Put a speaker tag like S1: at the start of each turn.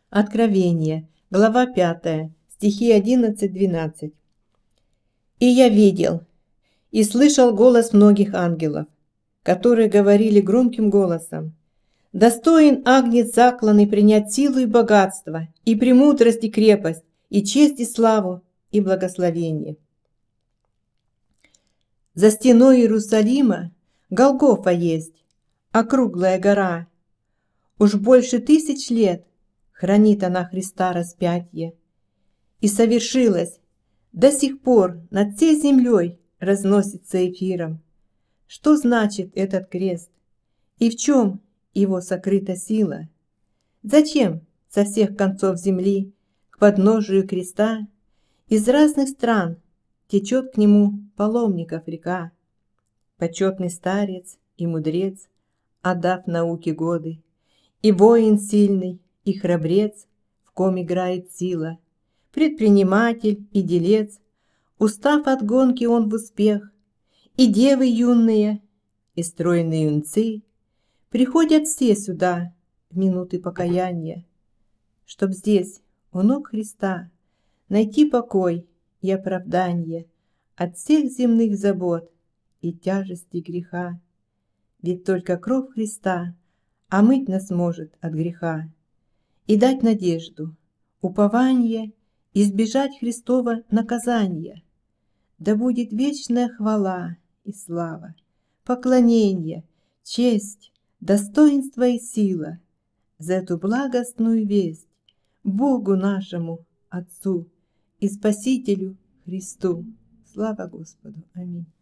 S1: Откровение, глава 5, стихи 11-12. «И я видел, и слышал голос многих ангелов, которые говорили громким голосом: достоин Агнец закланный принять силу и богатство, и премудрость и крепость, и честь и славу, и благословение. За стеной Иерусалима Голгофа есть, округлая гора. Уж больше 1000 лет хранит она Христа распятие, и совершилось, до сих пор над всей землей разносится эфиром. Что значит этот крест? И в чем его сокрыта сила? Зачем со всех концов земли к подножию креста из разных стран течет к нему паломников река? Почетный старец и мудрец, отдав науке годы, и воин сильный, и храбрец, в ком играет сила, предприниматель и делец, устав от гонки он в успех, и девы юные, и стройные юнцы приходят все сюда в минуты покаяния, чтоб здесь, у ног Христа, найти покой и оправдание от всех земных забот и тяжести греха. Ведь только кровь Христа омыть нас может от греха и дать надежду, упование, избежать Христова наказания. Да будет вечная хвала и слава, поклонение, честь, достоинство и сила за эту благостную весть Богу нашему Отцу и Спасителю Христу. Слава Господу! Аминь.